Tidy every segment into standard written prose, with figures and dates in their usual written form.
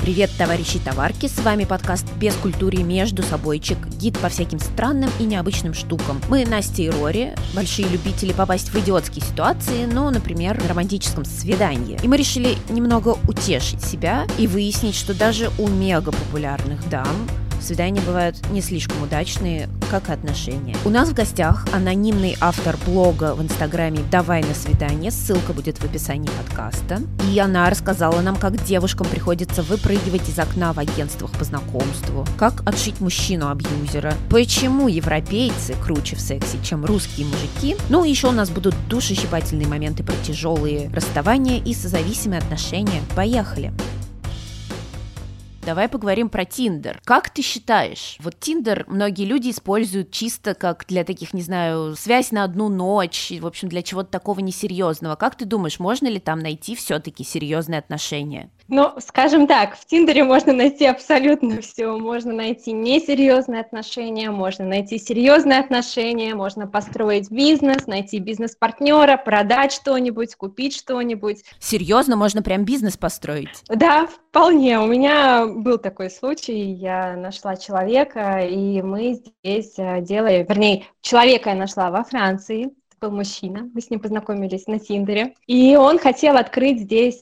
Привет, товарищи и товарки, с вами подкаст «Без культуры между собойчик», гид по всяким странным и необычным штукам. Мы, Настя и Рори, большие любители попасть в идиотские ситуации, ну, например, на романтическом свидании. И мы решили немного утешить себя и выяснить, что даже у мега-популярных дам свидания бывают не слишком удачные, как и отношения. У нас в гостях анонимный автор блога в Инстаграме «Давай на свидание», ссылка будет в описании подкаста. И она рассказала нам, как девушкам приходится выпрыгивать из окна в агентствах по знакомству, как отшить мужчину-абьюзера, почему европейцы круче в сексе, чем русские мужики. Ну и еще у нас будут душещипательные моменты про тяжелые расставания и созависимые отношения. Поехали! Давай поговорим про Тиндер. Как ты считаешь, вот Тиндер многие люди используют чисто как для таких, не знаю, связь на одну ночь, в общем, для чего-то такого несерьезного. Как ты думаешь, можно ли там найти все-таки серьезные отношения? Ну, скажем так, в Тиндере можно найти абсолютно все. Можно найти несерьезные отношения, можно найти серьезные отношения, можно построить бизнес, найти бизнес-партнера, продать что-нибудь, купить что-нибудь. Серьезно, можно прям бизнес построить? Да, вполне. У меня был такой случай. Я нашла человека, и мы здесь делали, вернее, человека я нашла во Франции. Был мужчина, мы с ним познакомились на Тиндере, и он хотел открыть здесь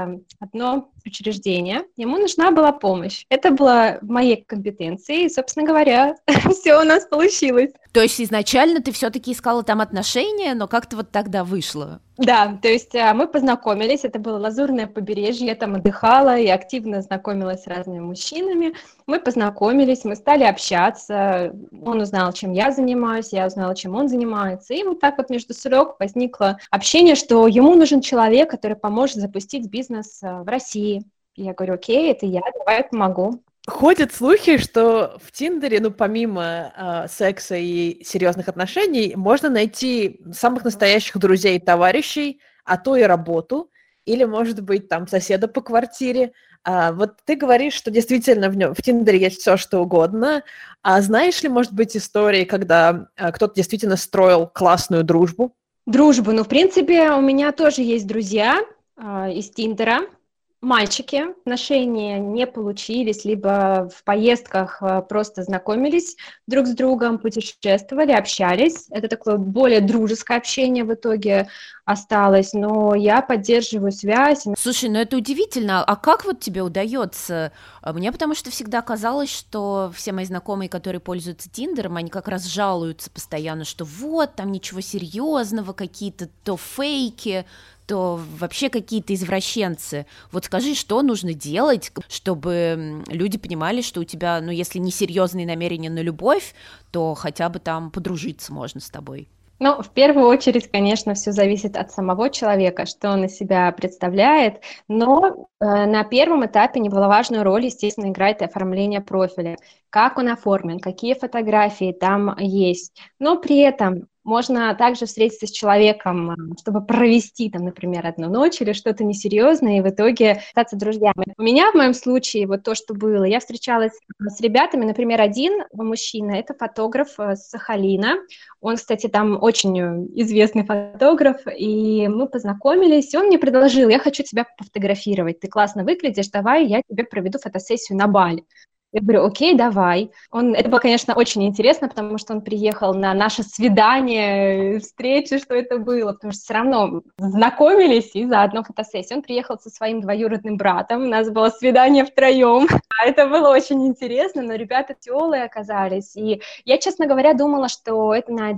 одно учреждение, ему нужна была помощь. Это было в моей компетенции, и, собственно говоря, все у нас получилось. То есть изначально ты все-таки искала там отношения, но как-то вот тогда вышло? Да, то есть мы познакомились, это было Лазурное побережье, я там отдыхала и активно знакомилась с разными мужчинами. Мы познакомились, мы стали общаться, он узнал, чем я занимаюсь, я узнала, чем он занимается. И вот так вот между строк возникло общение, что ему нужен человек, который поможет запустить бизнес в России. И я говорю, окей, это я, давай помогу. Ходят слухи, что в Тиндере, ну, помимо секса и серьезных отношений, можно найти самых настоящих друзей и товарищей, а то и работу, или, может быть, там, соседа по квартире. Вот ты говоришь, что действительно в Тиндере есть все, что угодно. А знаешь ли, может быть, истории, когда кто-то действительно строил классную дружбу? Дружбу, ну, в принципе, у меня тоже есть друзья из Тиндера. Мальчики, отношения не получились, либо в поездках просто знакомились друг с другом, путешествовали, общались. Это такое более дружеское общение в итоге осталось, но я поддерживаю связь. Слушай, ну это удивительно. А как вот тебе удается? Мне потому что всегда казалось, что все мои знакомые, которые пользуются Тиндером, они как раз жалуются постоянно, что вот, там ничего серьезного, какие-то то фейки, то вообще какие-то извращенцы. Вот скажи, что нужно делать, чтобы люди понимали, что у тебя, ну, если не серьезные намерения на любовь, то хотя бы там подружиться можно с тобой? Ну, в первую очередь, конечно, все зависит от самого человека, что он из себя представляет, но на первом этапе немаловажную роль, естественно, играет и оформление профиля. Как он оформлен, какие фотографии там есть, но при этом можно также встретиться с человеком, чтобы провести, там, например, одну ночь или что-то несерьезное, и в итоге статься друзьями. У меня, в моем случае, вот то, что было, я встречалась с ребятами, например, один мужчина, это фотограф с Сахалина, он, кстати, там очень известный фотограф, и мы познакомились, и он мне предложил, я хочу тебя пофотографировать, ты классно выглядишь, давай я тебе проведу фотосессию на Бали. Я говорю, окей, давай. Это было, конечно, очень интересно, потому что он приехал на наше свидание, встречу, что это было, потому что все равно знакомились и заодно фотосессия. Он приехал со своим двоюродным братом, у нас было свидание втроем. Это было очень интересно, но ребята тёлые оказались. И я, честно говоря, думала, что это на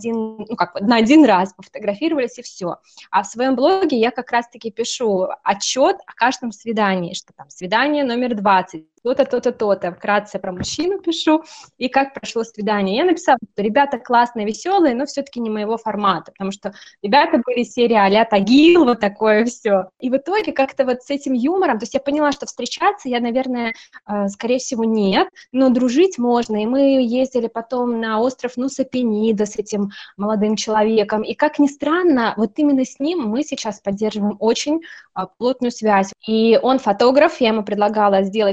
один раз пофотографировались и все. А в своем блоге я как раз-таки пишу отчет о каждом свидании, что там свидание номер 20, то-то, то-то, то-то. Вкратце про мужчину пишу и как прошло свидание. Я написала, что ребята классные, веселые, но все-таки не моего формата, потому что ребята были серии а-ля Тагил, вот такое все. И в итоге как-то вот с этим юмором, то есть я поняла, что встречаться я, наверное, скорее всего, нет, но дружить можно. И мы ездили потом на остров Нуса-Пенида с этим молодым человеком. И, как ни странно, вот именно с ним мы сейчас поддерживаем очень плотную связь. И он фотограф, я ему предлагала сделать мастер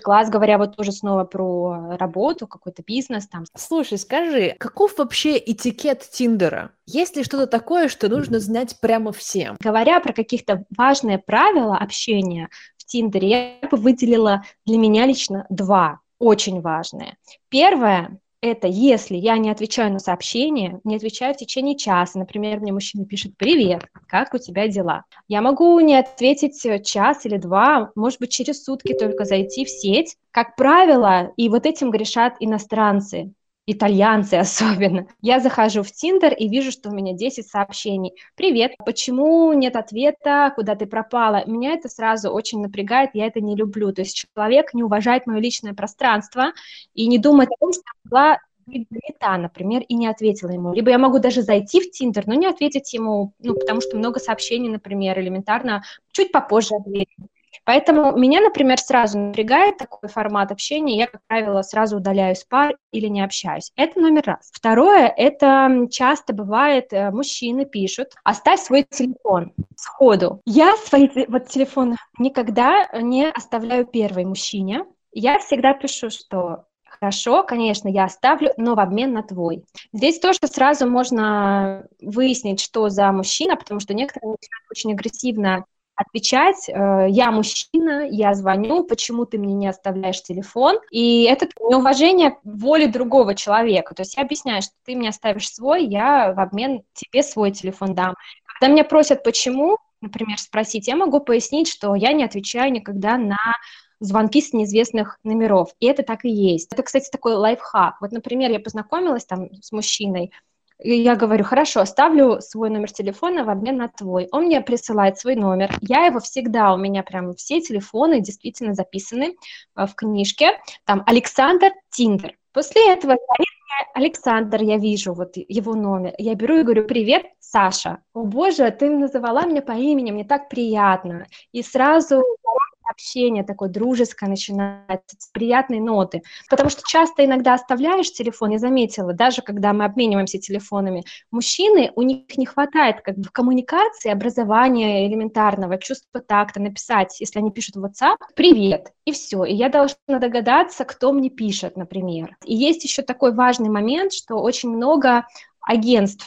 мастер-класс, говоря вот тоже снова про работу, какой-то бизнес там. Слушай, скажи, каков вообще этикет Тиндера? Есть ли что-то такое, что нужно знать прямо всем? Говоря про каких-то важные правила общения в Тиндере, я бы выделила для меня лично 2 очень важные. Первое – это если я не отвечаю на сообщение, не отвечаю в течение часа, например, мне мужчина пишет «Привет, как у тебя дела?». Я могу не ответить час или 2, может быть, через сутки только зайти в сеть. Как правило, и вот этим грешат иностранцы, итальянцы особенно. Я захожу в Тиндер и вижу, что у меня 10 сообщений. «Привет, почему нет ответа? Куда ты пропала?» Меня это сразу очень напрягает, я это не люблю. То есть человек не уважает мое личное пространство и не думает о том, что я могла быть занята, например, и не ответила ему. Либо я могу даже зайти в Тиндер, но не ответить ему, потому что много сообщений, например, элементарно, чуть попозже ответить. Поэтому меня, например, сразу напрягает такой формат общения, я, как правило, сразу удаляю с пар или не общаюсь. Это номер раз. Второе, это часто бывает, мужчины пишут: «Оставь свой телефон сходу». Я свои телефоны никогда не оставляю первой мужчине. Я всегда пишу, что «Хорошо, конечно, я оставлю, но в обмен на твой». Здесь тоже сразу можно выяснить, что за мужчина, потому что некоторые начинают очень агрессивно отвечать: «Я мужчина, я звоню, почему ты мне не оставляешь телефон?» И это неуважение воли другого человека. То есть я объясняю, что ты мне оставишь свой, я в обмен тебе свой телефон дам. Когда меня просят «почему?», например, спросить, я могу пояснить, что я не отвечаю никогда на звонки с неизвестных номеров. И это так и есть. Это, кстати, такой лайфхак. Вот, например, я познакомилась там с мужчиной, и я говорю: «Хорошо, оставлю свой номер телефона в обмен на твой». Он мне присылает свой номер. Я его всегда, у меня прям все телефоны действительно записаны в книжке. Там Александр Тиндер. После этого звонит мне Александр, я вижу вот его номер. Я беру и говорю: «Привет, Саша». «О боже, ты назвала меня по имени, мне так приятно». И сразу общение такое дружеское начинается, с приятной ноты. Потому что часто иногда оставляешь телефон, я заметила, даже когда мы обмениваемся телефонами, мужчины, у них не хватает как бы коммуникации, образования элементарного, чувства такта, написать, если они пишут в WhatsApp, «Привет», и все. И я должна догадаться, кто мне пишет, например. И есть еще такой важный момент, что очень много агентов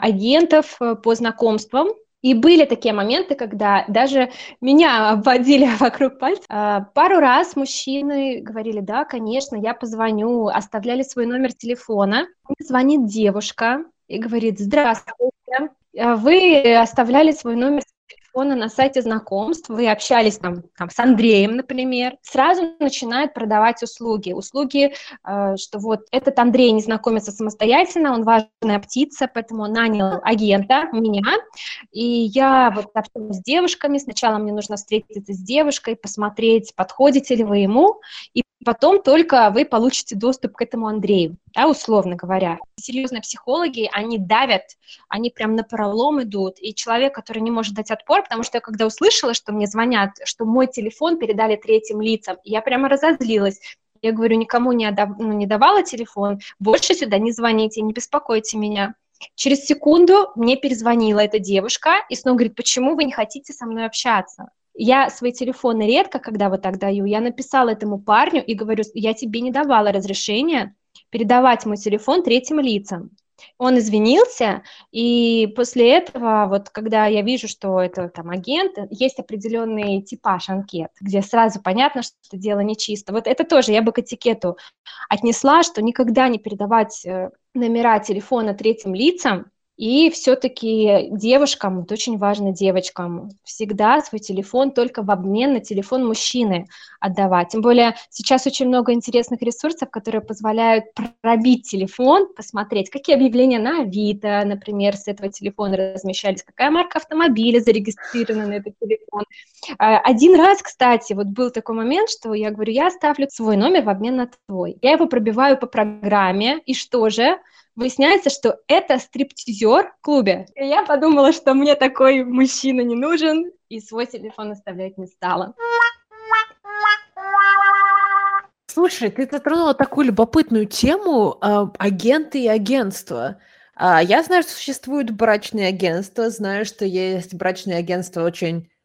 по знакомствам. И были такие моменты, когда даже меня обводили вокруг пальца. Пару раз мужчины говорили: «Да, конечно, я позвоню», оставляли свой номер телефона. Мне звонит девушка и говорит: «Здравствуйте, вы оставляли свой номер телефона на сайте знакомств, вы общались там с Андреем, например». Сразу начинает продавать услуги, что вот этот Андрей не знакомится самостоятельно, он важная птица, поэтому он нанял агента, меня, и я вот общаюсь с девушками, сначала мне нужно встретиться с девушкой, посмотреть, подходите ли вы ему, и потом только вы получите доступ к этому Андрею, да, условно говоря. Серьезные психологи, они давят, они прям напролом идут, и человек, который не может дать отпор, потому что я когда услышала, что мне звонят, что мой телефон передали третьим лицам, я прямо разозлилась. Я говорю: «Никому не давала телефон, больше сюда не звоните, не беспокойте меня». Через секунду мне перезвонила эта девушка и снова говорит: «Почему вы не хотите со мной общаться?» Я свои телефоны редко когда вот так даю. Я написала этому парню и говорю: «Я тебе не давала разрешения передавать мой телефон третьим лицам». Он извинился, и после этого, вот когда я вижу, что это там агент, есть определенный типаж анкет, где сразу понятно, что дело нечисто. Вот это тоже я бы к этикету отнесла, что никогда не передавать номера телефона третьим лицам. И все-таки девушкам, это очень важно девочкам, всегда свой телефон только в обмен на телефон мужчины отдавать. Тем более сейчас очень много интересных ресурсов, которые позволяют пробить телефон, посмотреть, какие объявления на Авито, например, с этого телефона размещались, какая марка автомобиля зарегистрирована на этот телефон. Один раз, кстати, вот был такой момент, что я говорю: «Я оставлю свой номер в обмен на твой». Я его пробиваю по программе, и что же? Выясняется, что это стриптизер в клубе. И я подумала, что мне такой мужчина не нужен, и свой телефон оставлять не стала. Слушай, ты затронула такую любопытную тему, агенты и агентства. Я знаю, что существуют брачные агентства, знаю, что есть брачные агентства очень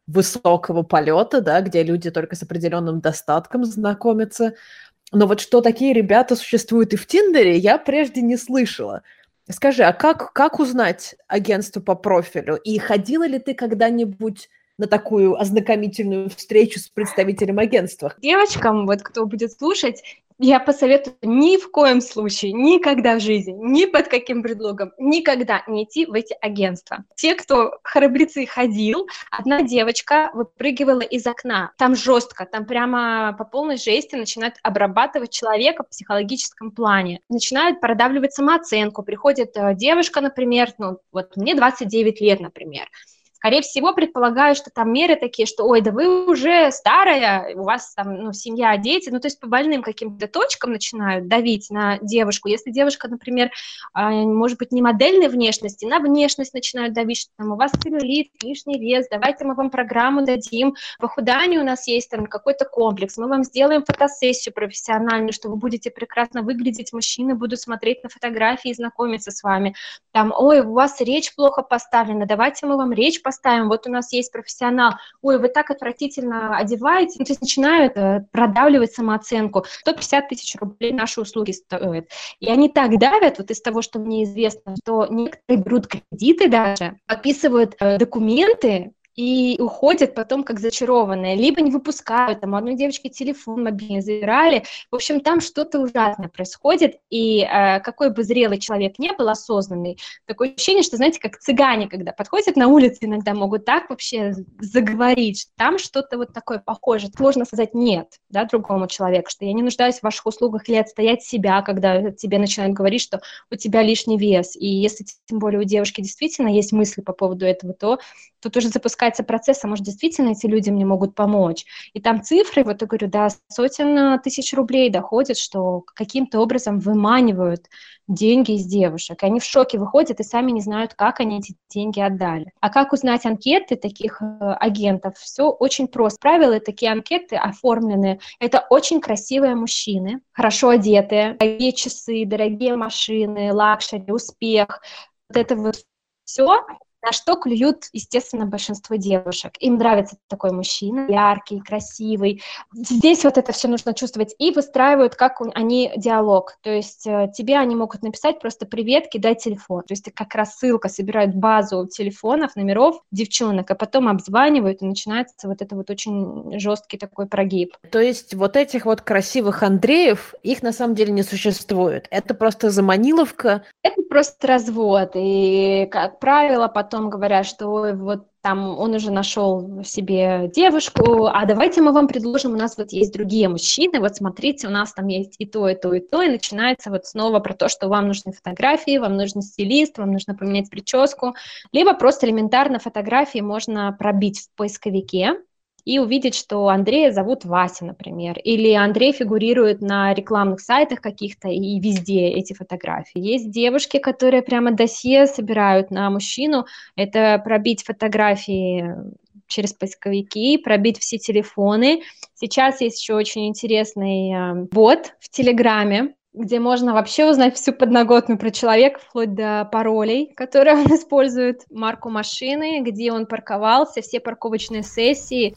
высокого полета, да, где люди только с определенным достатком знакомятся. Но вот что такие ребята существуют и в Тиндере, я прежде не слышала. Скажи, а как узнать агентство по профилю? И ходила ли ты когда-нибудь на такую ознакомительную встречу с представителем агентства? Девочкам, вот кто будет слушать, я посоветую ни в коем случае, никогда в жизни, ни под каким предлогом, никогда не идти в эти агентства. Те, кто храбрецы ходил, одна девочка выпрыгивала из окна. Там жестко, там прямо по полной жести начинают обрабатывать человека в психологическом плане. Начинают продавливать самооценку. Приходит девушка, например, ну вот мне 29 лет, например. Скорее всего, предполагаю, что там меры такие, что, ой, да вы уже старая, у вас там, ну, семья, дети, ну, то есть по больным каким-то точкам начинают давить на девушку. Если девушка, например, может быть, не модельной внешности, на внешность начинают давить, что там у вас целлюлит, лишний вес, давайте мы вам программу дадим, похуданию у нас есть там какой-то комплекс, мы вам сделаем фотосессию профессиональную, что вы будете прекрасно выглядеть, мужчины будут смотреть на фотографии и знакомиться с вами. Там, ой, у вас речь плохо поставлена, давайте мы вам речь поставим, вот у нас есть профессионал, ой, вы так отвратительно одеваете, то есть начинают продавливать самооценку. 150 тысяч рублей наши услуги стоят. И они так давят, вот из того, что мне известно, что некоторые берут кредиты даже, подписывают документы, и уходят потом как зачарованные, либо не выпускают, там у одной девочки телефон мобильный забирали, в общем, там что-то ужасное происходит, и какой бы зрелый человек не был, осознанный, такое ощущение, что, знаете, как цыгане, когда подходят на улице, иногда могут так вообще заговорить, что там что-то вот такое похожее, сложно сказать нет, да, другому человеку, что я не нуждаюсь в ваших услугах или отстоять себя, когда тебе начинают говорить, что у тебя лишний вес, и если тем более у девушки действительно есть мысли по поводу этого, то тут уже запускается процесс, а может, действительно эти люди мне могут помочь. И там цифры, вот я говорю, до сотен тысяч рублей доходят, что каким-то образом выманивают деньги из девушек. И они в шоке выходят и сами не знают, как они эти деньги отдали. А как узнать анкеты таких агентов? Все очень просто. Правила, такие анкеты оформлены. Это очень красивые мужчины, хорошо одетые, дорогие часы, дорогие машины, лакшери, успех. Вот это вот все, на что клюют, естественно, большинство девушек. Им нравится такой мужчина, яркий, красивый. Здесь вот это все нужно чувствовать. И выстраивают, как они диалог. То есть тебе они могут написать просто «Привет, кидай телефон». То есть как рассылка, собирают базу телефонов, номеров девчонок, а потом обзванивают, и начинается вот это вот очень жесткий такой прогиб. То есть вот этих вот красивых Андреев, их на самом деле не существует. Это просто заманиловка. Это просто развод. И, как правило, потом говорят, что ой, вот там он уже нашел себе девушку, а давайте мы вам предложим, у нас вот есть другие мужчины, вот смотрите, у нас там есть и то, и то, и то, и начинается вот снова про то, что вам нужны фотографии, вам нужен стилист, вам нужно поменять прическу, либо просто элементарно фотографии можно пробить в поисковике и увидеть, что Андрея зовут Вася, например, или Андрей фигурирует на рекламных сайтах каких-то, и везде эти фотографии. Есть девушки, которые прямо досье собирают на мужчину, это пробить фотографии через поисковики, пробить все телефоны. Сейчас есть еще очень интересный бот в Телеграме, где можно вообще узнать всю подноготную про человека, вплоть до паролей, которые он использует, марку машины, где он парковался, все парковочные сессии.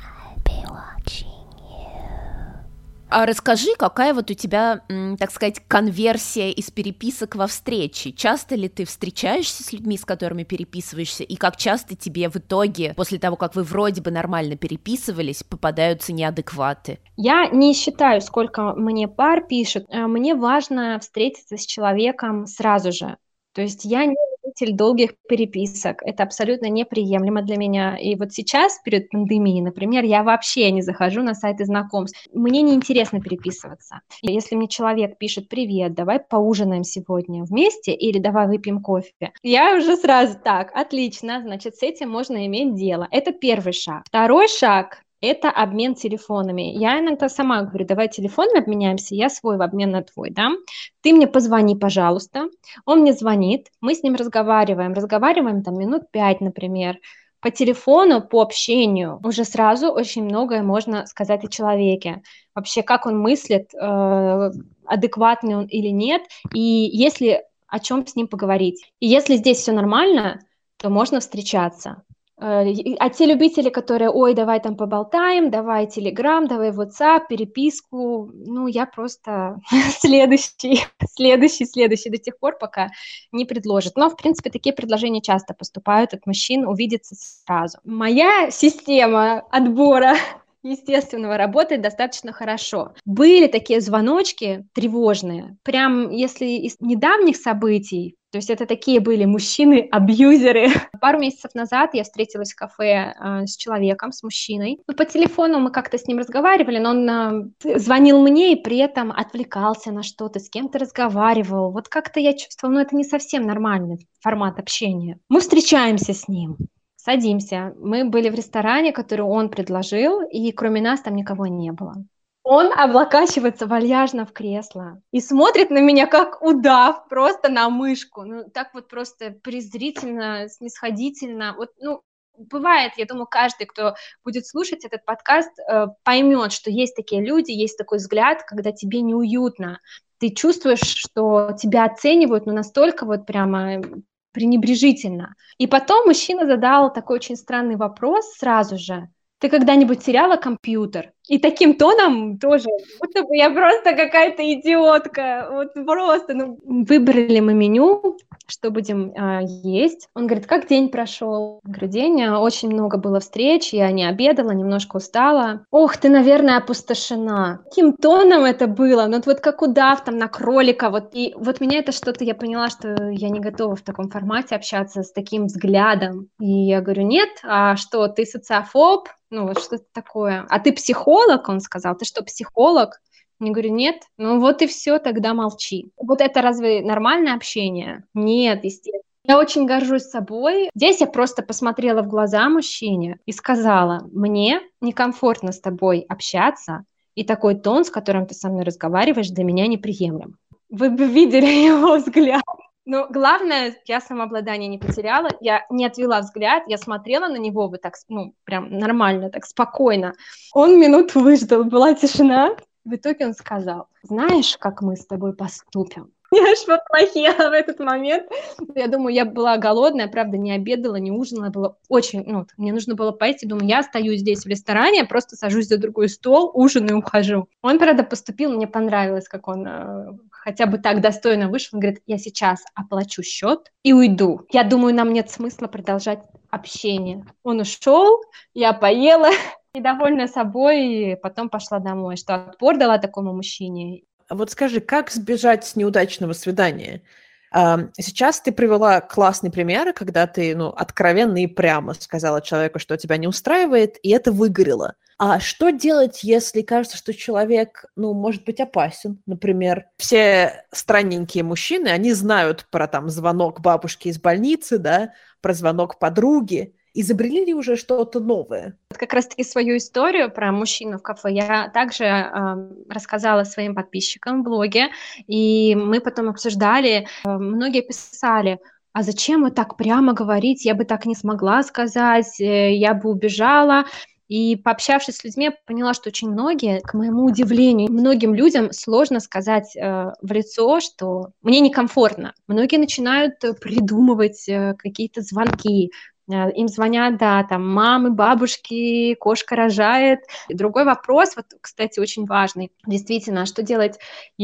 А расскажи, какая вот у тебя, так сказать, конверсия из переписок во встречи? Часто ли ты встречаешься с людьми, с которыми переписываешься, и как часто тебе в итоге, после того, как вы вроде бы нормально переписывались, попадаются неадекваты? Я не считаю, сколько мне пар пишут. Мне важно встретиться с человеком сразу же. То есть я не любитель долгих переписок. Это абсолютно неприемлемо для меня. И вот сейчас, перед пандемией, например, я вообще не захожу на сайты знакомств. Мне неинтересно переписываться. Если мне человек пишет «Привет, давай поужинаем сегодня вместе» или «Давай выпьем кофе», я уже сразу так, отлично, значит, с этим можно иметь дело. Это первый шаг. Второй шаг – это обмен телефонами. Я иногда сама говорю, давай телефонами обменяемся, я свой в обмен на твой, да? Ты мне позвони, пожалуйста. Он мне звонит, мы с ним разговариваем там минут 5, например. По телефону, по общению уже сразу очень многое можно сказать о человеке. Вообще, как он мыслит, адекватный он или нет, и если о чем с ним поговорить. И если здесь все нормально, то можно встречаться. А те любители, которые, ой, давай там поболтаем, давай Telegram, давай WhatsApp, переписку, ну, я просто следующий до тех пор, пока не предложат. Но, в принципе, такие предложения часто поступают от мужчин, увидеться сразу. Моя система отбора естественного работает достаточно хорошо. Были такие звоночки тревожные, прям если из недавних событий, то есть это такие были мужчины-абьюзеры. Пару месяцев назад я встретилась в кафе с человеком, с мужчиной. Ну, по телефону мы как-то с ним разговаривали, но он звонил мне и при этом отвлекался на что-то, с кем-то разговаривал. Вот как-то я чувствовала, ну это не совсем нормальный формат общения. Мы встречаемся с ним. Садимся. Мы были в ресторане, который он предложил, и кроме нас там никого не было. Он облокачивается вальяжно в кресло и смотрит на меня как удав, просто на мышку. Ну, так вот просто презрительно, снисходительно. Вот, ну, бывает, я думаю, каждый, кто будет слушать этот подкаст, поймет, что есть такие люди, есть такой взгляд, когда тебе неуютно. Ты чувствуешь, что тебя оценивают, но настолько вот прямо пренебрежительно. И потом мужчина задал такой очень странный вопрос сразу же. Ты когда-нибудь теряла компьютер? И таким тоном тоже, будто бы я просто какая-то идиотка. Вот просто, ну, выбрали мы меню, что будем есть. Он говорит, как день прошел? Я говорю, день, очень много было встреч, я не обедала, немножко устала. Ох, ты, наверное, опустошена. Каким тоном это было? Ну, вот как удав там на кролика. Вот, и вот меня это что-то, я поняла, что я не готова в таком формате общаться с таким взглядом. И я говорю, нет, а что, ты социофоб? Ну, вот что-то такое. А ты психолог, он сказал. Ты что, психолог? Я говорю, нет. Ну вот и все, тогда молчи. Вот это разве нормальное общение? Нет, естественно. Я очень горжусь собой. Здесь я просто посмотрела в глаза мужчине и сказала, мне некомфортно с тобой общаться, и такой тон, с которым ты со мной разговариваешь, для меня неприемлем. Вы бы видели его взгляд. Но главное, я самообладание не потеряла, я не отвела взгляд, я смотрела на него вот так, ну, прям нормально, так спокойно. Он минуту выждал, была тишина. В итоге он сказал, знаешь, как мы с тобой поступим? Я аж поплохела в этот момент. Я думаю, я была голодная, правда, не обедала, не ужинала, было очень, ну, мне нужно было пойти, думаю, я остаюсь здесь в ресторане, просто сажусь за другой стол, ужинаю, ухожу. Он, правда, поступил, мне понравилось, как он хотя бы так достойно вышел. Он говорит, я сейчас оплачу счет и уйду. Я думаю, нам нет смысла продолжать общение. Он ушел, я поела, и довольна собой, потом пошла домой, что отпор дала такому мужчине. А вот скажи, как сбежать неудачного свидания? Сейчас ты привела классный пример, когда ты, ну, откровенно и прямо сказала человеку, что тебя не устраивает, и это выгорело. А что делать, если кажется, что человек, ну, может быть опасен? Например, все странненькие мужчины, они знают про там звонок бабушки из больницы, да, про звонок подруги. Изобрели ли уже что-то новое? Как раз-таки свою историю про мужчину в кафе я также рассказала своим подписчикам в блоге, и мы потом обсуждали, многие писали, а зачем вот так прямо говорить, я бы так не смогла сказать, я бы убежала. И пообщавшись с людьми, я поняла, что очень многие, к моему удивлению, многим людям сложно сказать в лицо, что мне некомфортно. Многие начинают придумывать какие-то звонки, им звонят, да, там, мамы, бабушки, кошка рожает. И другой вопрос, вот, кстати, очень важный. Действительно, что делать,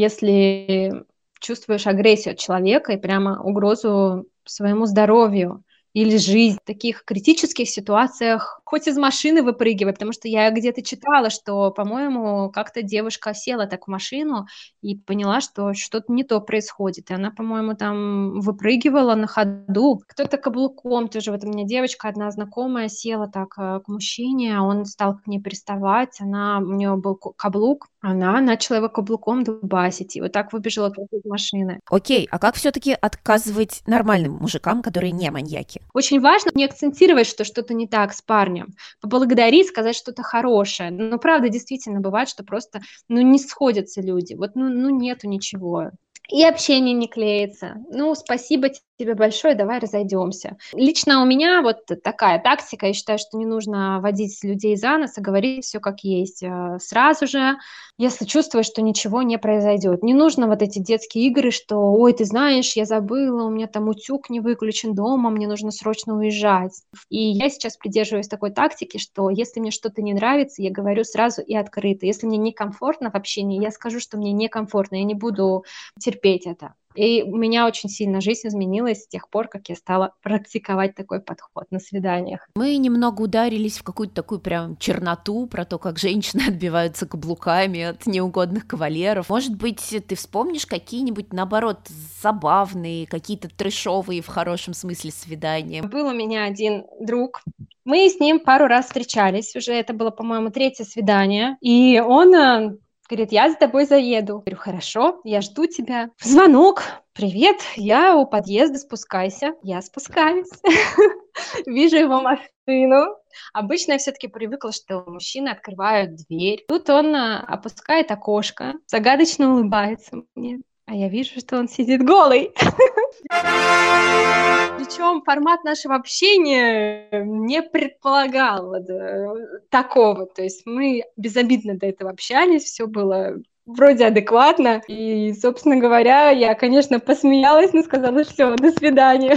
если чувствуешь агрессию от человека и прямо угрозу своему здоровью или жизнь в таких критических ситуациях, хоть из машины выпрыгивай, потому что я где-то читала, что, по-моему, как-то девушка села так в машину и поняла, что что-то не то происходит, и она, по-моему, там выпрыгивала на ходу, кто-то каблуком тоже, вот у меня девочка одна знакомая села так к мужчине, он стал к ней приставать, у нее был каблук, она начала его каблуком дубасить, и вот так выбежала из машины. Окей, а как все-таки отказывать нормальным мужикам, которые не маньяки? Очень важно не акцентировать, что что-то не так с парнем, поблагодарить, сказать что-то хорошее. Но правда, действительно, бывает, что просто, ну, не сходятся люди, вот, ну нету ничего. И общение не клеится. Ну, спасибо тебе большое, давай разойдемся. Лично у меня вот такая тактика, я считаю, что не нужно водить людей за нос и говорить все как есть. Сразу же, если чувствуешь, что ничего не произойдет. Не нужно вот эти детские игры, что, ой, ты знаешь, я забыла, у меня там утюг не выключен дома, мне нужно срочно уезжать. И я сейчас придерживаюсь такой тактики, что если мне что-то не нравится, я говорю сразу и открыто. Если мне некомфортно в общении, я скажу, что мне некомфортно, я не буду терпеть это. И у меня очень сильно жизнь изменилась с тех пор, как я стала практиковать такой подход на свиданиях. Мы немного ударились в какую-то такую прям черноту про то, как женщины отбиваются каблуками от неугодных кавалеров. Может быть, ты вспомнишь какие-нибудь, наоборот, забавные, какие-то трэшовые в хорошем смысле свидания? Был у меня один друг, мы с ним пару раз встречались, уже это было, по-моему, 3-е свидание, и он говорит, я за тобой заеду. Говорю, хорошо, я жду тебя. Звонок. Привет, я у подъезда, спускайся. Я спускаюсь. Вижу его машину. Обычно я все-таки привыкла, что мужчины открывают дверь. Тут он опускает окошко, загадочно улыбается мне. А я вижу, что он сидит голый. Причем формат нашего общения не предполагал такого. То есть мы безобидно до этого общались, все было вроде адекватно. И, собственно говоря, я, конечно, посмеялась, но сказала, все, до свидания.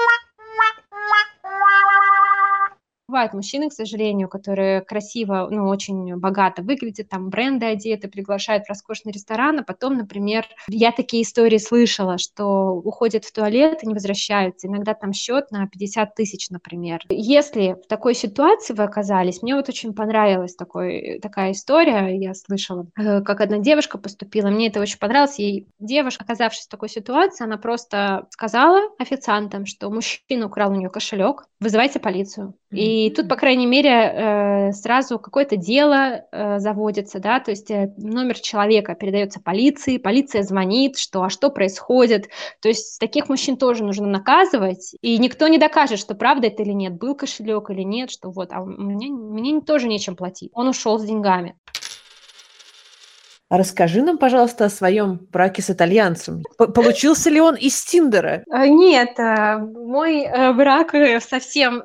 Бывают мужчины, к сожалению, которые красиво, очень богато выглядят, там бренды одеты, приглашают в роскошный ресторан, а потом, например, я такие истории слышала, что уходят в туалет и не возвращаются. Иногда там счет на 50 тысяч, например. Если в такой ситуации вы оказались, мне вот очень понравилась такая история, я слышала, как одна девушка поступила, мне это очень понравилось, ей девушка, оказавшись в такой ситуации, она просто сказала официантам, что мужчина украл у нее кошелек, вызывайте полицию. И тут, по крайней мере, сразу какое-то дело заводится, да, то есть номер человека передается полиции, полиция звонит, что происходит. То есть таких мужчин тоже нужно наказывать, и никто не докажет, что правда это или нет, был кошелек или нет, что вот, а мне тоже нечем платить. Он ушел с деньгами. Расскажи нам, пожалуйста, о своем браке с итальянцем. Получился ли он из Тиндера? Нет, мой брак совсем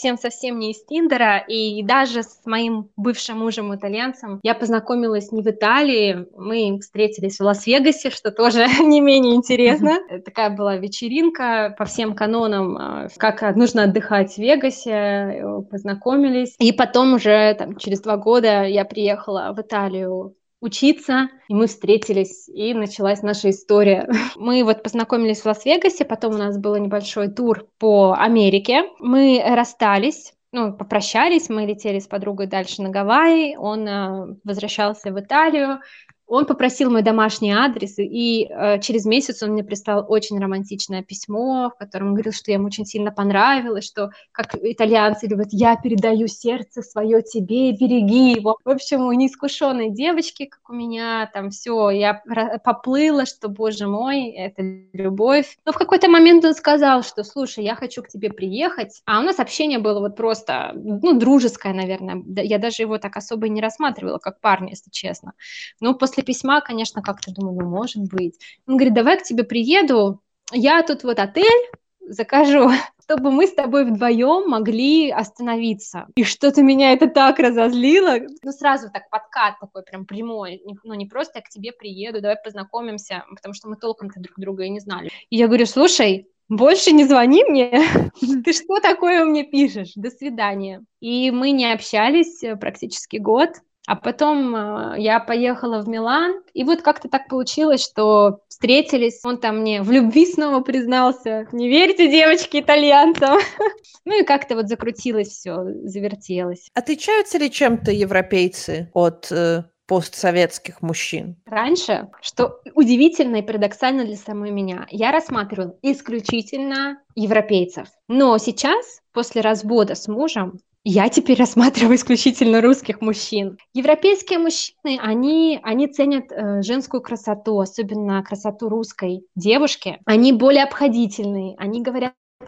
не из Тиндера, и даже с моим бывшим мужем итальянцем я познакомилась не в Италии, мы встретились в Лас-Вегасе, что тоже не менее интересно. Такая была вечеринка по всем канонам, как нужно отдыхать в Вегасе, познакомились, и потом уже через 2 года я приехала в Италию учиться, и мы встретились, и началась наша история. Мы вот познакомились в Лас-Вегасе, потом у нас был небольшой тур по Америке, мы расстались, попрощались, мы летели с подругой дальше на Гавайи, он возвращался в Италию, он попросил мой домашний адрес, и через месяц он мне прислал очень романтичное письмо, в котором он говорил, что я ему очень сильно понравилась, что, как итальянцы любят, я передаю сердце свое тебе, береги его. В общем, у неискушенной девочки, как у меня, там все, я поплыла, что, боже мой, это любовь. Но в какой-то момент он сказал, что, слушай, я хочу к тебе приехать, а у нас общение было вот просто, дружеское, наверное, я даже его так особо и не рассматривала, как парня, если честно. Но после письма, конечно, как-то думаю, может быть. Он говорит, давай к тебе приеду, я тут вот отель закажу, чтобы мы с тобой вдвоем могли остановиться. И что-то меня это так разозлило. Сразу так подкат такой прям прямой. Не просто я к тебе приеду, давай познакомимся, потому что мы толком-то друг друга и не знали. И я говорю, слушай, больше не звони мне, ты что такое мне пишешь? До свидания. И мы не общались практически год. А потом я поехала в Милан, и вот как-то так получилось, что встретились, он там мне в любви снова признался. Не верьте, девочки, итальянцам. И как-то вот закрутилось все, завертелось. Отличаются ли чем-то европейцы от постсоветских мужчин? Раньше, что удивительно и парадоксально для самой меня, я рассматривала исключительно европейцев. Но сейчас, после развода с мужем, я теперь рассматриваю исключительно русских мужчин. Европейские мужчины, они ценят женскую красоту, особенно красоту русской девушки. Они более обходительные, они говорят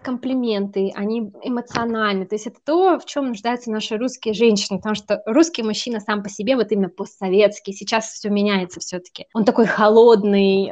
комплименты, они эмоциональны. То есть это то, в чем нуждаются наши русские женщины, потому что русский мужчина сам по себе, вот именно постсоветский, сейчас все меняется все-таки. Он такой холодный,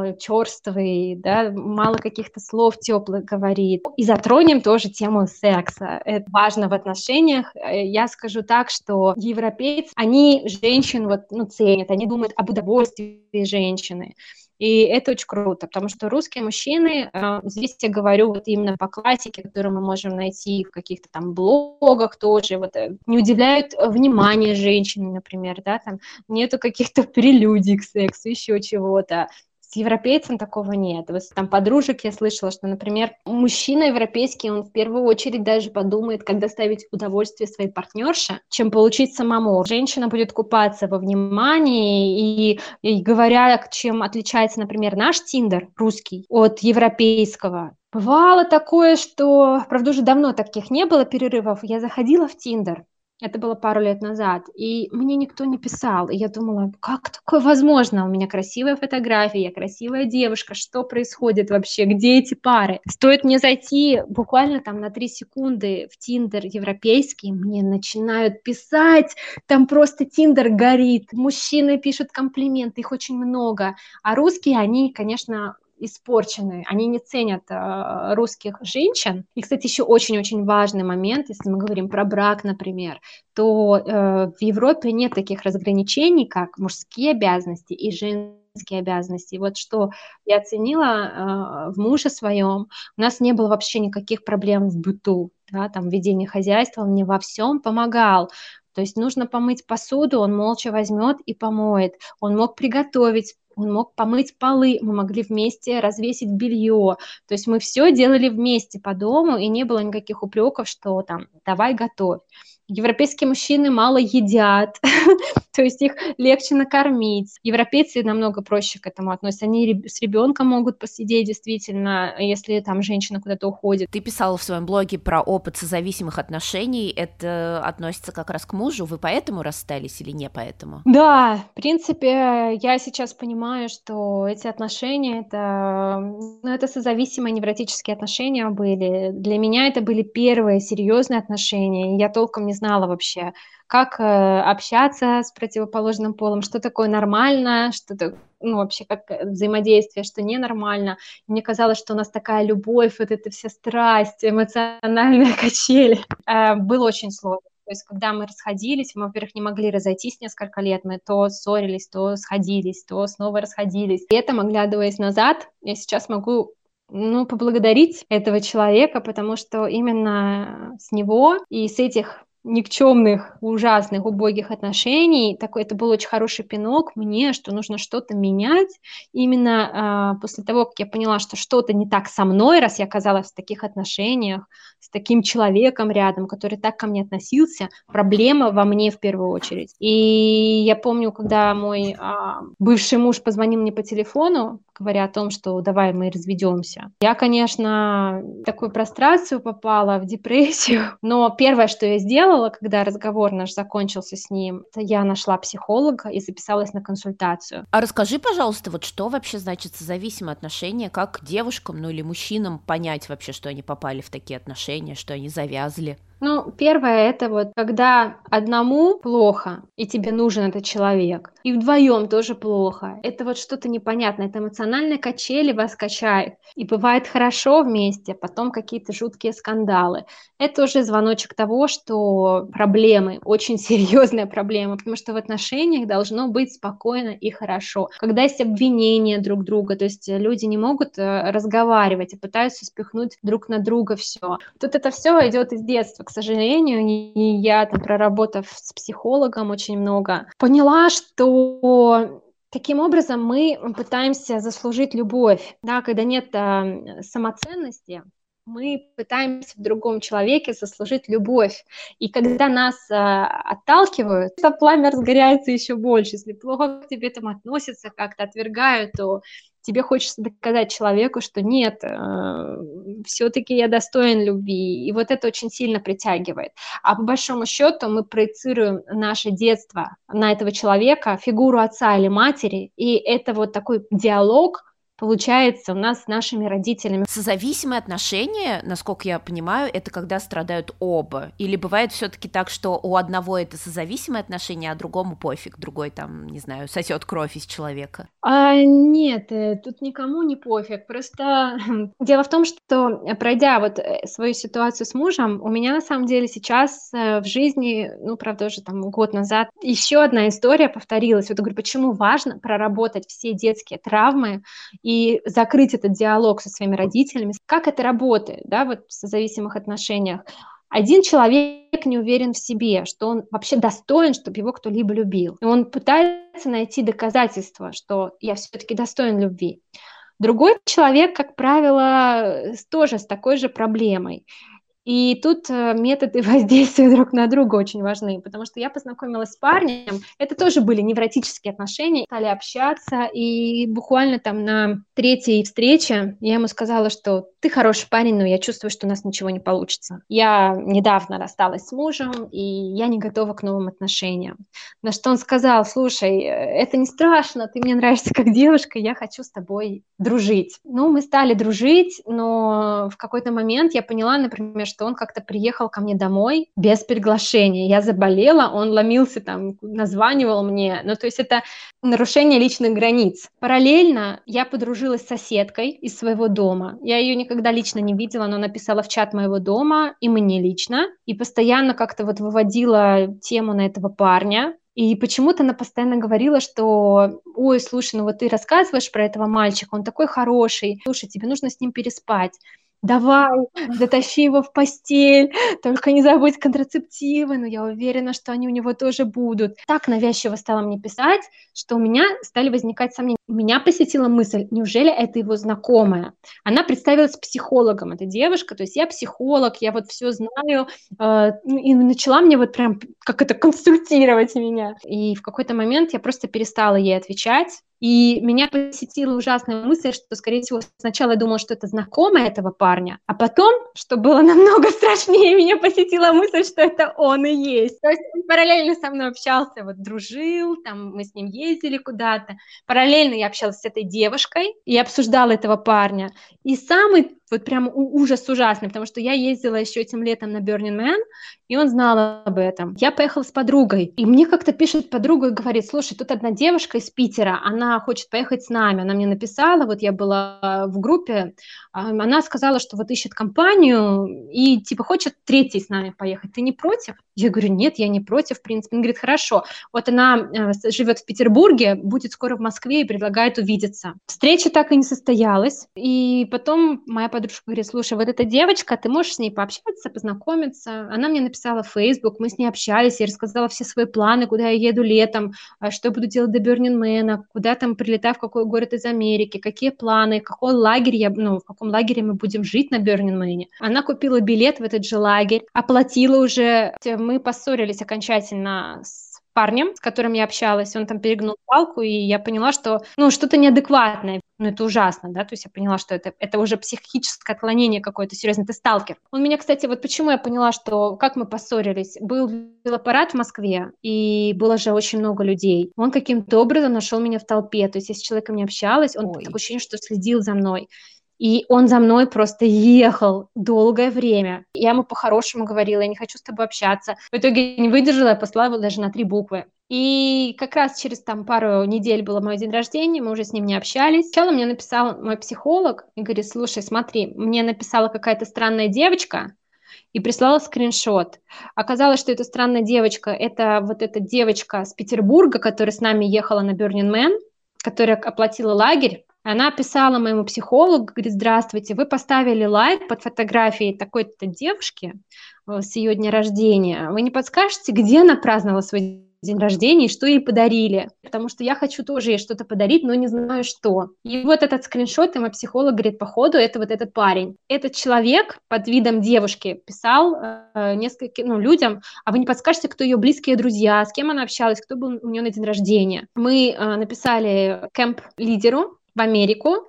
черствый, да, мало каких-то слов теплых говорит. И затронем тоже тему секса. Это важно в отношениях. Я скажу так, что европейцы, они женщин ценят, они думают об удовольствии женщины. И это очень круто, потому что русские мужчины, здесь я говорю вот именно по классике, которую мы можем найти в каких-то там блогах тоже, не уделяют внимания женщине, например, да, там нету каких-то прелюдий к сексу, еще чего-то. С европейцем такого нет. Вот там подружек я слышала, что, например, мужчина европейский, он в первую очередь даже подумает, как доставить удовольствие своей партнерше, чем получить самому. Женщина будет купаться во внимании, и говоря, чем отличается, например, наш Тиндер русский от европейского. Бывало такое, что, правда, уже давно таких не было перерывов, я заходила в Тиндер. Это было пару лет назад, и мне никто не писал, и я думала, как такое возможно? У меня красивая фотография, я красивая девушка, что происходит вообще, где эти пары? Стоит мне зайти буквально там на 3 секунды в Тиндер европейский, мне начинают писать, там просто Тиндер горит, мужчины пишут комплименты, их очень много, а русские, они, конечно, испорчены, они не ценят русских женщин. И, кстати, еще очень-очень важный момент, если мы говорим про брак, например, то в Европе нет таких разграничений, как мужские обязанности и женские обязанности. И вот что я оценила в муже своем, у нас не было вообще никаких проблем в быту, да, там, в ведении хозяйства, он мне во всем помогал. То есть нужно помыть посуду, он молча возьмет и помоет. Он мог приготовить, он мог помыть полы, мы могли вместе развесить белье. То есть мы все делали вместе по дому, и не было никаких упреков, что там давай готовь. Европейские мужчины мало едят, то есть их легче накормить. Европейцы намного проще к этому относятся. Они с ребенком могут посидеть, действительно, если там женщина куда-то уходит. Ты писала в своем блоге про опыт созависимых отношений. Это относится как раз к мужу. Вы поэтому расстались или не поэтому? Да, в принципе, я сейчас понимаю, что эти отношения, это созависимые невротические отношения были. Для меня это были первые серьезные отношения. Я толком не знала вообще, как общаться с противоположным полом, что такое нормально, вообще как взаимодействие, что ненормально. Мне казалось, что у нас такая любовь, вот эта вся страсть, эмоциональные качели. Было очень сложно. То есть, когда мы расходились, мы, во-первых, не могли разойтись несколько лет, мы то ссорились, то сходились, то снова расходились. И это, оглядываясь назад, я сейчас могу поблагодарить этого человека, потому что именно с него и с этих никчемных, ужасных, убогих отношений, это был очень хороший пинок мне, что нужно что-то менять. Именно после того, как я поняла, что что-то не так со мной, раз я оказалась в таких отношениях, с таким человеком рядом, который так ко мне относился, проблема во мне в первую очередь. И я помню, когда мой бывший муж позвонил мне по телефону, говоря о том, что давай мы разведемся. Я, конечно, в такую прострацию попала, в депрессию, но первое, что я сделала, когда разговор наш закончился с ним, это я нашла психолога и записалась на консультацию. А расскажи, пожалуйста, что вообще значит созависимые отношения, как девушкам, или мужчинам понять вообще, что они попали в такие отношения, что они завязли? Первое, это когда одному плохо, и тебе нужен этот человек, и вдвоем тоже плохо. Это что-то непонятное, это эмоциональные качели вас качает. И бывает хорошо вместе, потом какие-то жуткие скандалы. Это уже звоночек того, что проблемы, очень серьезная проблема, потому что в отношениях должно быть спокойно и хорошо. Когда есть обвинения друг друга, то есть люди не могут разговаривать и пытаются спихнуть друг на друга все. Тут это все идет из детства, к сожалению, и я, проработав с психологом очень много, поняла, что таким образом мы пытаемся заслужить любовь, да, когда нет самоценности, мы пытаемся в другом человеке заслужить любовь. И когда нас отталкивают, это пламя разгоряется еще больше. Если плохо к тебе относятся, как-то отвергают, то тебе хочется доказать человеку, что нет, все-таки я достоин любви. И это очень сильно притягивает. А по большому счету мы проецируем наше детство на этого человека, фигуру отца или матери, и это такой диалог получается у нас с нашими родителями. Созависимые отношения, насколько я понимаю, это когда страдают оба. Или бывает все-таки так, что у одного это созависимые отношения, а другому пофиг, другой там, не знаю, сосет кровь из человека. Нет, тут никому не пофиг. Просто дело в том, что пройдя вот свою ситуацию с мужем, у меня на самом деле сейчас в жизни, ну, правда, уже там год назад, еще одна история повторилась. Вот я говорю, почему важно проработать все детские травмы и закрыть этот диалог со своими родителями. Как это работает, да, вот в созависимых отношениях? Один человек не уверен в себе, что он вообще достоин, чтобы его кто-либо любил. И он пытается найти доказательства, что я все-таки достоин любви. Другой человек, как правило, тоже с такой же проблемой. И тут методы воздействия друг на друга очень важны, потому что я познакомилась с парнем, это тоже были невротические отношения, стали общаться, и буквально там на третьей встрече я ему сказала, что ты хороший парень, но я чувствую, что у нас ничего не получится. Я недавно рассталась с мужем, и я не готова к новым отношениям. На что он сказал, слушай, это не страшно, ты мне нравишься как девушка, я хочу с тобой дружить. Ну, мы стали дружить, но в какой-то момент я поняла, например, что он как-то приехал ко мне домой без приглашения. Я заболела, он ломился там, названивал мне. Ну, то есть это нарушение личных границ. Параллельно я подружилась с соседкой из своего дома. Я ее никогда лично не видела, но написала в чат моего дома и мне лично. И постоянно как-то вот выводила тему на этого парня. И почему-то она постоянно говорила, что, ой, слушай, ну вот ты рассказываешь про этого мальчика, он такой хороший, слушай, тебе нужно с ним переспать. Давай, затащи его в постель, только не забудь контрацептивы, но я уверена, что они у него тоже будут. Так навязчиво стала мне писать, что у меня стали возникать сомнения. Меня посетила мысль, неужели это его знакомая? Она представилась психологом, эта девушка, то есть я психолог, я вот все знаю, и начала мне вот прям как это консультировать меня. И в какой-то момент я просто перестала ей отвечать, и меня посетила ужасная мысль, что, скорее всего, сначала я думала, что это знакомая этого парня, а потом, что было намного страшнее, меня посетила мысль, что это он и есть. То есть он параллельно со мной общался, вот дружил, там мы с ним ездили куда-то. Параллельно я общалась с этой девушкой и обсуждала этого парня. И самый вот прям ужас ужасный, потому что я ездила еще этим летом на Burning Man, и он знал об этом. Я поехала с подругой, и мне как-то пишет подруга и говорит, слушай, тут одна девушка из Питера, она хочет поехать с нами. Она мне написала, вот я была в группе, она сказала, что вот ищет компанию и типа хочет третьей с нами поехать. Ты не против? Я говорю, нет, я не против, в принципе. Она говорит, хорошо. Вот она живет в Петербурге, будет скоро в Москве и предлагает увидеться. Встреча так и не состоялась. И потом моя подружка говорит, слушай, вот эта девочка, ты можешь с ней пообщаться, познакомиться? Она мне написала в Facebook, мы с ней общались, я рассказала все свои планы, куда я еду летом, что я буду делать до Burning Man, куда там прилетаю, в какой город из Америки, какие планы, какой лагерь в каком лагере мы будем жить на Burning Man. Она купила билет в этот же лагерь, оплатила уже. Мы поссорились окончательно с парнем, с которым я общалась, он там перегнул палку, и я поняла, что, что-то неадекватное. Это ужасно, да, то есть я поняла, что это уже психическое отклонение какое-то, серьезно, это сталкер. Он меня, кстати, вот почему я поняла, что, как мы поссорились, был велопарад в Москве, и было же очень много людей. Он каким-то образом нашел меня в толпе, то есть я с человеком не общалась, он такое ощущение, что следил за мной. И он за мной просто ехал долгое время. Я ему по-хорошему говорила, я не хочу с тобой общаться. В итоге не выдержала, я послала его даже на 3 буквы. И как раз через пару недель было мой день рождения, мы уже с ним не общались. Сначала мне написал мой психолог и говорит, слушай, смотри, мне написала какая-то странная девочка, и прислала скриншот. Оказалось, что эта странная девочка, это вот эта девочка с Петербурга, которая с нами ехала на Burning Man, которая оплатила лагерь. Она писала моему психологу, говорит, здравствуйте, вы поставили лайк под фотографией такой-то девушки с ее дня рождения. Вы не подскажете, где она праздновала свой день рождения и что ей подарили? Потому что я хочу тоже ей что-то подарить, но не знаю что. И вот этот скриншот, и мой психолог говорит, походу, это вот этот парень. Этот человек под видом девушки писал нескольким людям, а вы не подскажете, кто ее близкие друзья, с кем она общалась, кто был у нее на день рождения. Мы написали кэмп-лидеру, в Америку,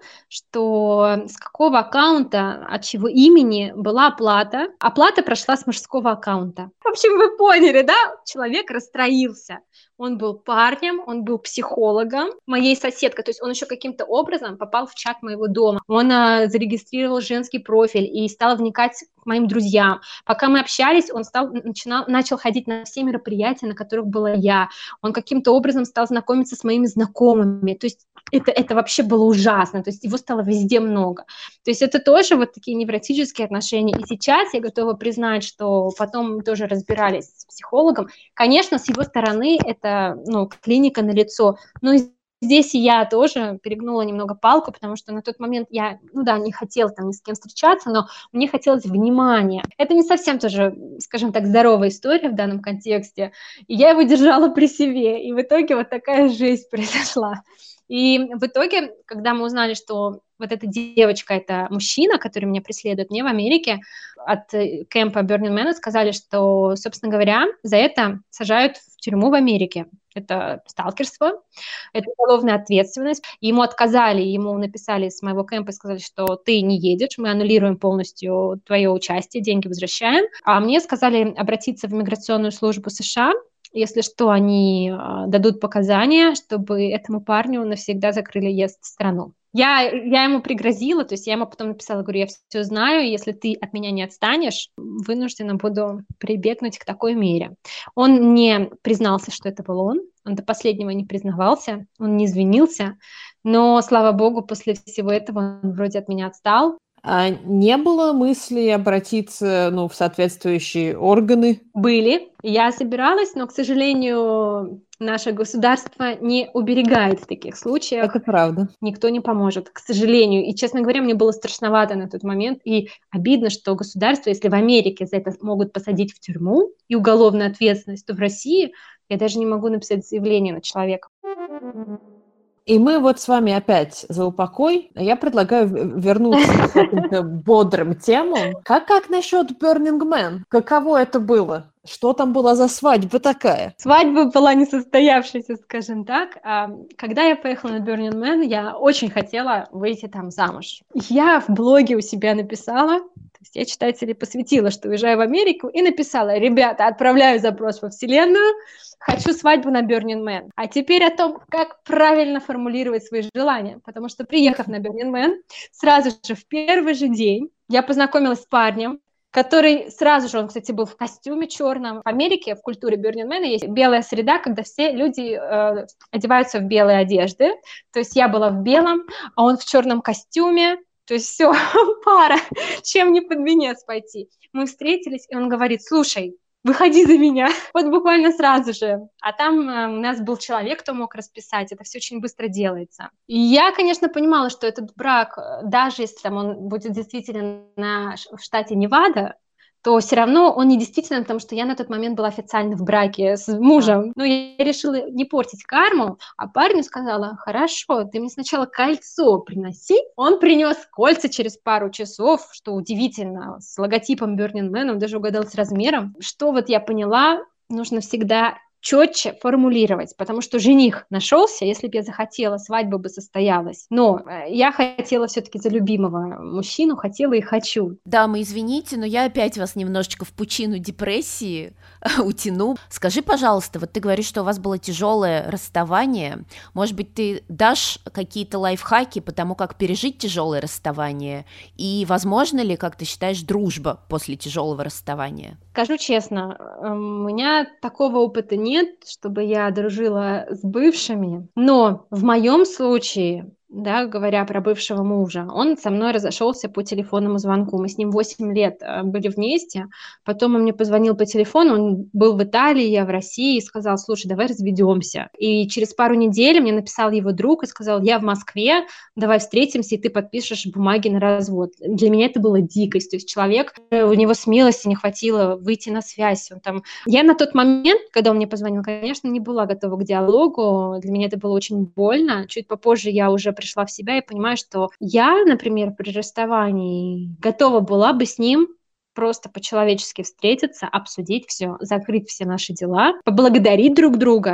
что с какого аккаунта, от чьего имени была оплата. Оплата прошла с мужского аккаунта. В общем, вы поняли, да? Человек расстроился. Он был парнем, он был психологом, моей соседкой, то есть он еще каким-то образом попал в чат моего дома. Он зарегистрировал женский профиль и стал вникать к моим друзьям. Пока мы общались, он начал ходить на все мероприятия, на которых была я. Он каким-то образом стал знакомиться с моими знакомыми. То есть это вообще было ужасно. То есть его стало везде много. То есть это тоже вот такие невротические отношения. И сейчас я готова признать, что потом мы тоже разбирались с психологом. Конечно, с его стороны это клиника налицо. Но здесь и я тоже перегнула немного палку, потому что на тот момент я, не хотела там ни с кем встречаться, но мне хотелось внимания. Это не совсем тоже, скажем так, здоровая история в данном контексте. И я его держала при себе. И в итоге вот такая жесть произошла. И в итоге, когда мы узнали, что вот эта девочка, это мужчина, который меня преследует, мне в Америке от кемпа Burning Man сказали, что, собственно говоря, за это сажают в тюрьму в Америке. Это сталкерство, это уголовная ответственность. Ему отказали, ему написали с моего кемпа и сказали, что ты не едешь, мы аннулируем полностью твое участие, деньги возвращаем. А мне сказали обратиться в иммиграционную службу США. Если что, они дадут показания, чтобы этому парню навсегда закрыли въезд в страну. Я ему пригрозила, то есть я ему потом написала, говорю, я все знаю, если ты от меня не отстанешь, вынуждена буду прибегнуть к такой мере. Он не признался, что это был он до последнего не признавался, он не извинился, но, слава богу, после всего этого он вроде от меня отстал. А не было мысли обратиться, в соответствующие органы? Были. Я собиралась, но, к сожалению, наше государство не уберегает в таких случаях. Это правда. Никто не поможет, к сожалению. И, честно говоря, мне было страшновато на тот момент. И обидно, что государство, если в Америке за это могут посадить в тюрьму и уголовную ответственность, то в России я даже не могу написать заявление на человека. И мы вот с вами опять за упокой. Я предлагаю вернуться к каким-то бодрым темам. Как насчет Burning Man? Каково это было? Что там была за свадьба такая? Свадьба была несостоявшаяся, скажем так. Когда я поехала на Burning Man, я очень хотела выйти там замуж. Я в блоге у себя написала, то есть я читателей посвятила, что уезжаю в Америку, и написала: ребята, отправляю запрос во Вселенную, хочу свадьбу на Burning Man. А теперь о том, как правильно формулировать свои желания, потому что, приехав на Burning Man, сразу же в первый же день я познакомилась с парнем, который сразу же, он, кстати, был в костюме черном. В Америке в культуре Burning Man есть белая среда, когда все люди одеваются в белые одежды. То есть я была в белом, а он в черном костюме. То есть все, пара, чем не под венец пойти. Мы встретились, и он говорит: слушай, выходи за меня. Вот буквально сразу же. А там у нас был человек, кто мог расписать. Это все очень быстро делается. И я, конечно, понимала, что этот брак, даже если там он будет действительно в штате Невада, то все равно он не действительно, потому что я на тот момент была официально в браке с мужем. Но я решила не портить карму, а парню сказала: хорошо, ты мне сначала кольцо приноси. Он принес кольца через пару часов, что удивительно, с логотипом Burning Man, он даже угадал с размером. Что вот я поняла, нужно всегда четче формулировать, потому что жених нашелся, если бы я захотела, свадьба бы состоялась. Но я хотела все-таки за любимого мужчину, хотела и хочу. Дамы, извините, но я опять вас немножечко в пучину депрессии утяну. Скажи, пожалуйста, вот ты говоришь, что у вас было тяжелое расставание. Может быть, ты дашь какие-то лайфхаки по тому, как пережить тяжелое расставание? И возможно ли, как ты считаешь, дружба после тяжелого расставания? Скажу честно, у меня такого опыта нет, чтобы я дружила с бывшими, но в моем случае, да, говоря про бывшего мужа, он со мной разошелся по телефонному звонку. Мы с ним 8 лет были вместе. Потом он мне позвонил по телефону, он был в Италии, я в России, и сказал: слушай, давай разведемся. И через пару недель мне написал его друг и сказал: я в Москве, давай встретимся, и ты подпишешь бумаги на развод. Для меня это было дикость. То есть человек, у него смелости не хватило выйти на связь. Я на тот момент, когда он мне позвонил, конечно, не была готова к диалогу. Для меня это было очень больно. Чуть попозже я уже пришла в себя и понимаю, что я, например, при расставании готова была бы с ним просто по-человечески встретиться, обсудить все, закрыть все наши дела, поблагодарить друг друга,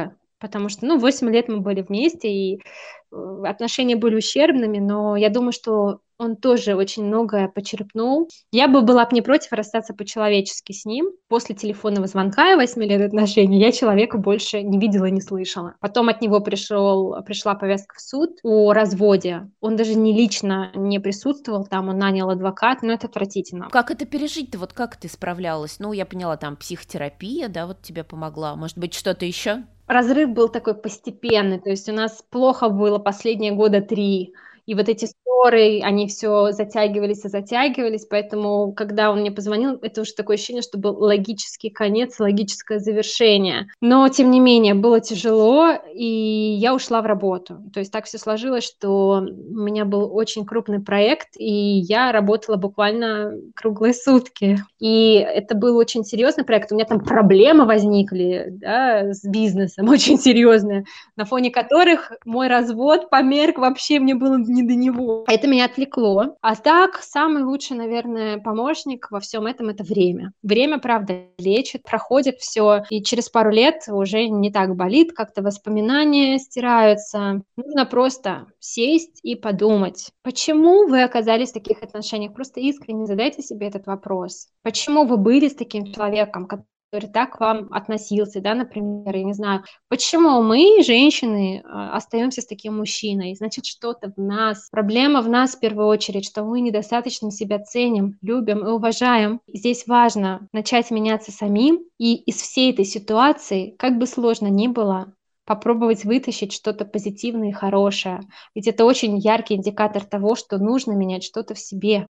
потому что, 8 лет мы были вместе, и отношения были ущербными, но я думаю, что он тоже очень многое почерпнул. Я была бы не против расстаться по-человечески с ним. После телефонного звонка и 8 лет отношений я человека больше не видела и не слышала. Потом от него пришла повестка в суд о разводе. Он даже лично не присутствовал там, он нанял адвоката, но это отвратительно. Как это пережить-то? Вот как ты справлялась? Я поняла, там психотерапия, да, вот тебе помогла. Может быть, что-то еще? Разрыв был такой постепенный, то есть у нас плохо было последние 3 года, и вот эти ссоры, они все затягивались и затягивались, поэтому, когда он мне позвонил, это уже такое ощущение, что был логический конец, логическое завершение. Но, тем не менее, было тяжело, и я ушла в работу. То есть так все сложилось, что у меня был очень крупный проект, и я работала буквально круглые сутки. И это был очень серьезный проект. У меня там проблемы возникли, да, с бизнесом, очень серьезные, на фоне которых мой развод померк, вообще мне было не до него. Это меня отвлекло. А так, самый лучший, наверное, помощник во всем этом — это время. Время, правда, лечит, проходит все, и через пару лет уже не так болит, как-то воспоминания стираются. Нужно просто сесть и подумать, почему вы оказались в таких отношениях. Просто искренне задайте себе этот вопрос. Почему вы были с таким человеком, который так к вам относился, да, например, я не знаю, почему мы, женщины, остаемся с таким мужчиной? Значит, что-то в нас, проблема в нас в первую очередь, что мы недостаточно себя ценим, любим и уважаем. И здесь важно начать меняться самим, и из всей этой ситуации, как бы сложно ни было, попробовать вытащить что-то позитивное и хорошее. Ведь это очень яркий индикатор того, что нужно менять что-то в себе.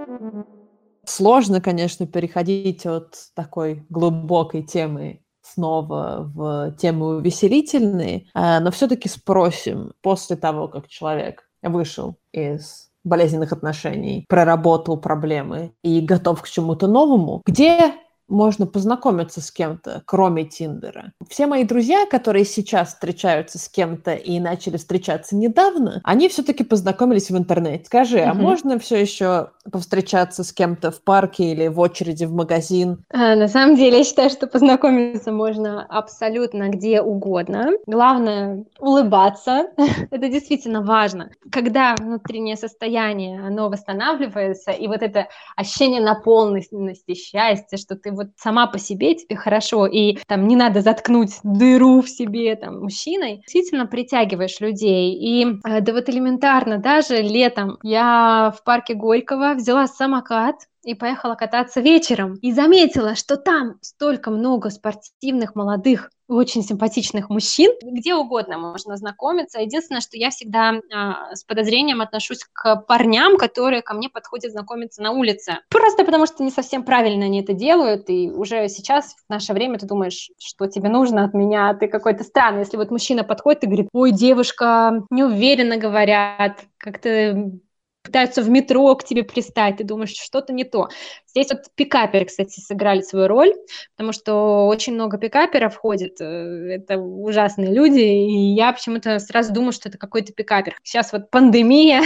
Сложно, конечно, переходить от такой глубокой темы снова в тему увеселительные, но все-таки спросим, после того, как человек вышел из болезненных отношений, проработал проблемы и готов к чему-то новому, где можно познакомиться с кем-то, кроме Тиндера? Все мои друзья, которые сейчас встречаются с кем-то и начали встречаться недавно, они все-таки познакомились в интернете. Скажи, а можно все еще повстречаться с кем-то в парке или в очереди в магазин? На самом деле, я считаю, что познакомиться можно абсолютно где угодно. Главное — улыбаться. Это действительно важно. Когда внутреннее состояние, оно восстанавливается, и вот это ощущение наполненности, счастья, что ты вот сама по себе, тебе хорошо, и там не надо заткнуть дыру в себе там мужчиной, действительно притягиваешь людей. И да вот элементарно, даже летом я в парке Горького взяла самокат и поехала кататься вечером, и заметила, что там столько много спортивных, молодых, очень симпатичных мужчин, где угодно можно знакомиться. Единственное, что я всегда с подозрением отношусь к парням, которые ко мне подходят знакомиться на улице. Просто потому, что не совсем правильно они это делают, и уже сейчас, в наше время, ты думаешь, что тебе нужно от меня, ты какой-то странный. Если вот мужчина подходит и говорит: ой, девушка, неуверенно говорят, как-то пытаются в метро к тебе пристать, ты думаешь, что-то не то. Здесь вот пикаперы, кстати, сыграли свою роль, потому что очень много пикаперов ходит, это ужасные люди, и я почему-то сразу думаю, что это какой-то пикапер. Сейчас вот пандемия,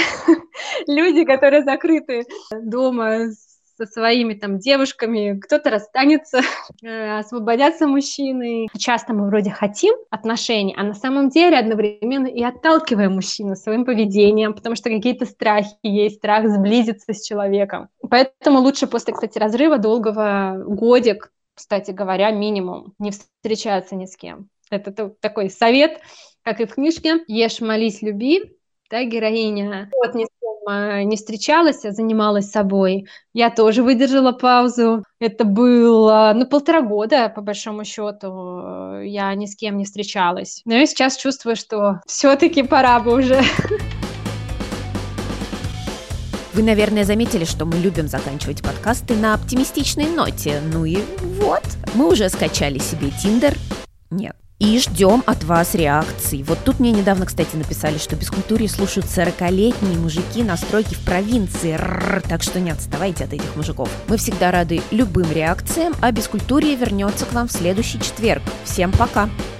люди, которые закрыты дома со своими там девушками, кто-то расстанется, освободятся мужчины. Часто мы вроде хотим отношений, а на самом деле одновременно и отталкиваем мужчину своим поведением, потому что какие-то страхи есть, страх сблизиться с человеком. Поэтому лучше после, кстати, разрыва долгого, годик, кстати говоря, минимум, не встречаться ни с кем. Это такой совет, как и в книжке «Ешь, молись, люби». Да, героиня вот ни с кем не встречалась, а занималась собой. Я тоже выдержала паузу. Это было, 1,5 года, по большому счету, я ни с кем не встречалась. Но я сейчас чувствую, что все-таки пора бы уже. Вы, наверное, заметили, что мы любим заканчивать подкасты на оптимистичной ноте. Ну и вот, мы уже скачали себе Tinder. Нет. И ждем от вас реакций. Вот тут мне недавно, кстати, написали, что бескультурье слушают 40-летние мужики на стройке в провинции. Так что не отставайте от этих мужиков. Мы всегда рады любым реакциям, а бескультурье вернется к вам в следующий четверг. Всем пока!